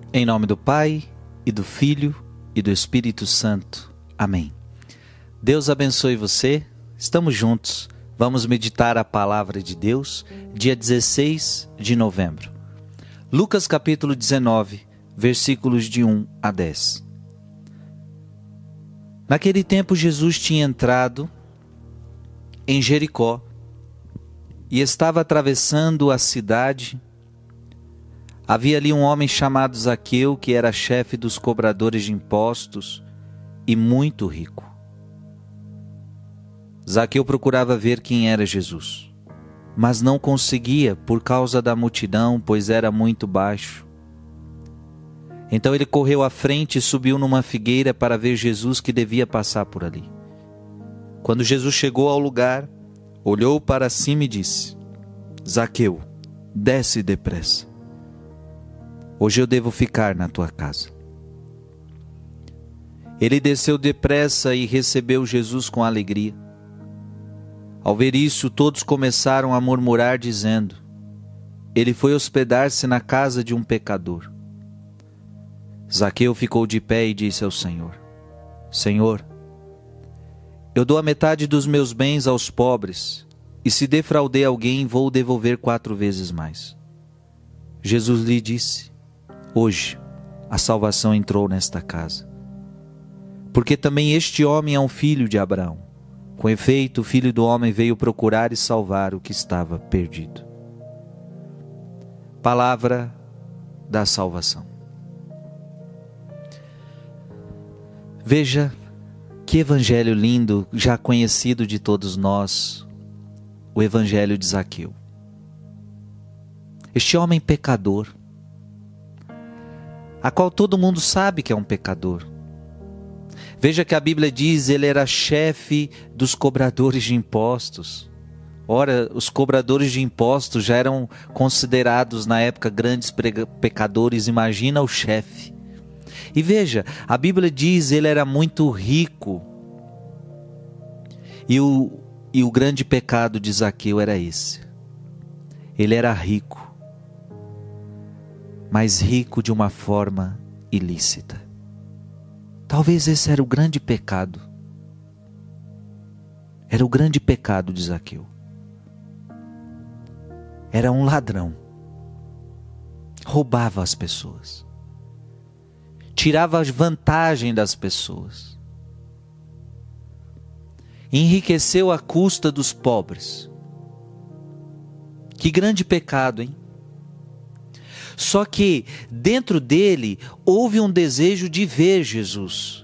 Em nome do Pai, e do Filho, e do Espírito Santo. Amém. Deus abençoe você. Estamos juntos. Vamos meditar a palavra de Deus, dia 16 de novembro. Lucas capítulo 19, versículos de 1 a 10. Naquele tempo Jesus tinha entrado em Jericó e estava atravessando a cidade. Havia ali um homem chamado Zaqueu, que era chefe dos cobradores de impostos e muito rico. Zaqueu procurava ver quem era Jesus, mas não conseguia por causa da multidão, pois era muito baixo. Então ele correu à frente e subiu numa figueira para ver Jesus, que devia passar por ali. Quando Jesus chegou ao lugar, olhou para cima e disse: Zaqueu, desce depressa. Hoje eu devo ficar na tua casa. Ele desceu depressa e recebeu Jesus com alegria. Ao ver isso, todos começaram a murmurar, dizendo: ele foi hospedar-se na casa de um pecador. Zaqueu ficou de pé e disse ao Senhor: Senhor, eu dou a metade dos meus bens aos pobres, e se defraudei alguém, vou devolver 4 vezes mais. Jesus lhe disse: hoje a salvação entrou nesta casa, porque também este homem é um filho de Abraão. Com efeito, o Filho do Homem veio procurar e salvar o que estava perdido. Palavra da salvação. Veja que evangelho lindo, já conhecido de todos nós, o evangelho de Zaqueu. Este homem pecador, a qual todo mundo sabe que é um pecador. Veja que a Bíblia diz: ele era chefe dos cobradores de impostos. Ora, os cobradores de impostos já eram considerados na época grandes pecadores, imagina o chefe. E veja, a Bíblia diz: ele era muito rico. E o grande pecado de Zaqueu era esse. Ele era rico, mas rico de uma forma ilícita. Talvez esse era o grande pecado. Era o grande pecado de Zaqueu. Era um ladrão. Roubava as pessoas. Tirava vantagem das pessoas. Enriqueceu à custa dos pobres. Que grande pecado, hein? Só que dentro dele houve um desejo de ver Jesus.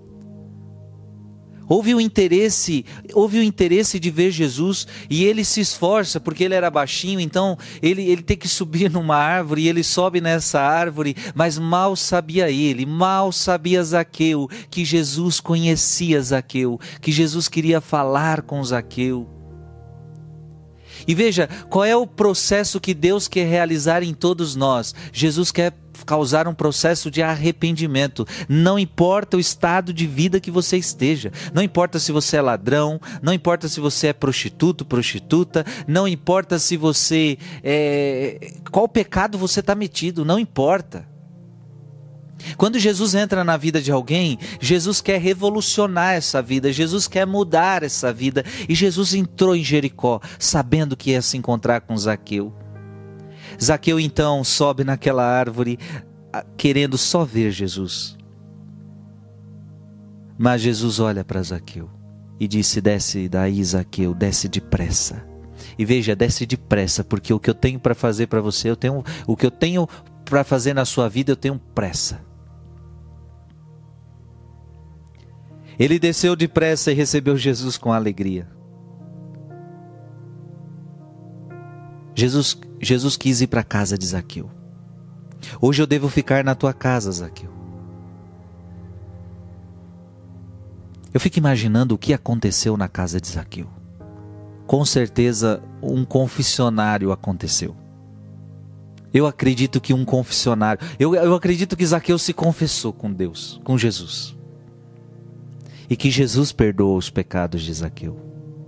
Houve o interesse de ver Jesus, e ele se esforça, porque ele era baixinho, então ele tem que subir numa árvore, e ele sobe nessa árvore, mas mal sabia Zaqueu, que Jesus conhecia Zaqueu, que Jesus queria falar com Zaqueu. E veja, qual é o processo que Deus quer realizar em todos nós? Jesus quer causar um processo de arrependimento. Não importa o estado de vida que você esteja, não importa se você é ladrão, não importa se você é prostituto, prostituta, não importa se você qual pecado você está metido, não importa. Quando Jesus entra na vida de alguém, Jesus quer revolucionar essa vida, Jesus quer mudar essa vida. E Jesus entrou em Jericó, sabendo que ia se encontrar com Zaqueu. Zaqueu então sobe naquela árvore, querendo só ver Jesus. Mas Jesus olha para Zaqueu e disse: desce daí, Zaqueu, desce depressa. E veja, desce depressa, porque o que eu tenho para fazer para você, o que eu tenho para fazer na sua vida, eu tenho pressa. Ele desceu depressa e recebeu Jesus com alegria. Jesus quis ir para a casa de Zaqueu. Hoje eu devo ficar na tua casa, Zaqueu. Eu fico imaginando o que aconteceu na casa de Zaqueu. Com certeza um confessionário aconteceu. Eu acredito que um confessionário, eu acredito que Zaqueu se confessou com Deus, com Jesus. E que Jesus perdoou os pecados de Zaqueu.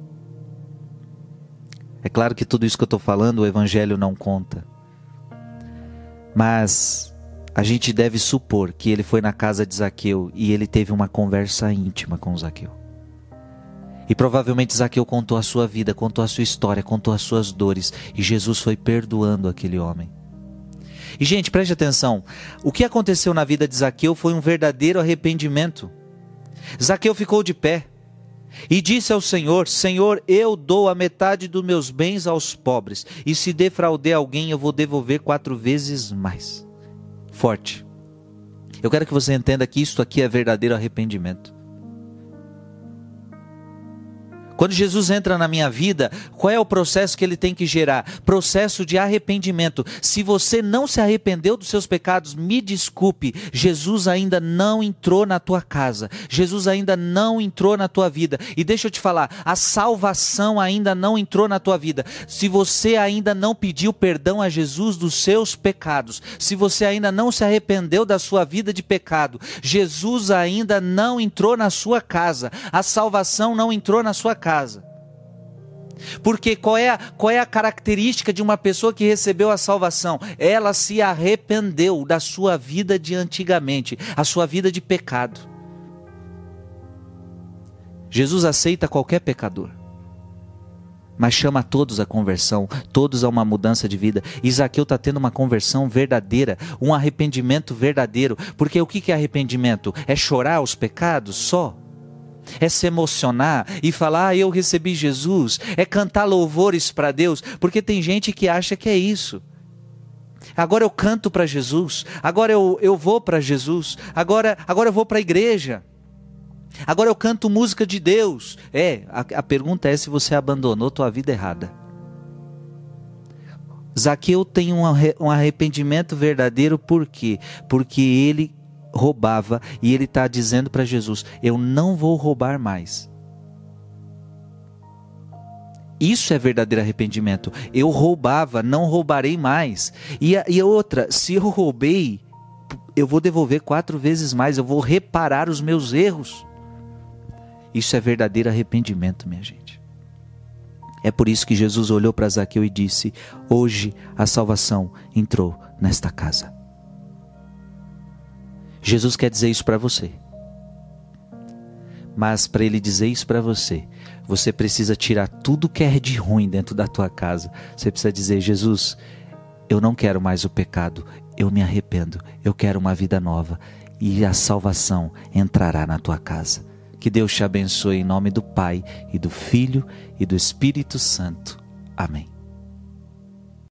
É claro que tudo isso que eu estou falando, o Evangelho não conta. Mas a gente deve supor que ele foi na casa de Zaqueu e ele teve uma conversa íntima com Zaqueu. E provavelmente Zaqueu contou a sua vida, contou a sua história, contou as suas dores. E Jesus foi perdoando aquele homem. E gente, preste atenção. O que aconteceu na vida de Zaqueu foi um verdadeiro arrependimento. Zaqueu ficou de pé e disse ao Senhor: Senhor, eu dou a metade dos meus bens aos pobres. E se defraudei alguém, eu vou devolver 4 vezes mais. Forte. Eu quero que você entenda que isto aqui é verdadeiro arrependimento. Quando Jesus entra na minha vida, qual é o processo que ele tem que gerar? Processo de arrependimento. Se você não se arrependeu dos seus pecados, me desculpe, Jesus ainda não entrou na tua casa. Jesus ainda não entrou na tua vida. E deixa eu te falar, a salvação ainda não entrou na tua vida. Se você ainda não pediu perdão a Jesus dos seus pecados, se você ainda não se arrependeu da sua vida de pecado, Jesus ainda não entrou na sua casa. A salvação não entrou na sua casa. Porque qual é a característica de uma pessoa que recebeu a salvação? Ela se arrependeu da sua vida de antigamente, a sua vida de pecado. Jesus aceita qualquer pecador, mas chama todos à conversão, todos a uma mudança de vida. E Zaqueu está tendo uma conversão verdadeira, um arrependimento verdadeiro. Porque o que é arrependimento? É chorar os pecados só? É se emocionar e falar: eu recebi Jesus? É cantar louvores para Deus? Porque tem gente que acha que é isso. Agora eu canto para Jesus, agora eu vou para Jesus, agora eu vou para a igreja, agora eu canto música de Deus. A pergunta é se você abandonou tua vida errada. Zaqueu tem um arrependimento verdadeiro. Por quê? Porque ele roubava e ele está dizendo para Jesus: eu não vou roubar mais. Isso é verdadeiro arrependimento. Eu roubava, não roubarei mais. E outra, se eu roubei, eu vou devolver 4 vezes mais, eu vou reparar os meus erros. Isso é verdadeiro arrependimento, minha gente. É por isso que Jesus olhou para Zaqueu e disse: hoje a salvação entrou nesta casa. Jesus quer dizer isso para você. Mas para ele dizer isso para você, você precisa tirar tudo que é de ruim dentro da tua casa. Você precisa dizer: Jesus, eu não quero mais o pecado, eu me arrependo, eu quero uma vida nova. E a salvação entrará na tua casa. Que Deus te abençoe em nome do Pai, e do Filho, e do Espírito Santo. Amém.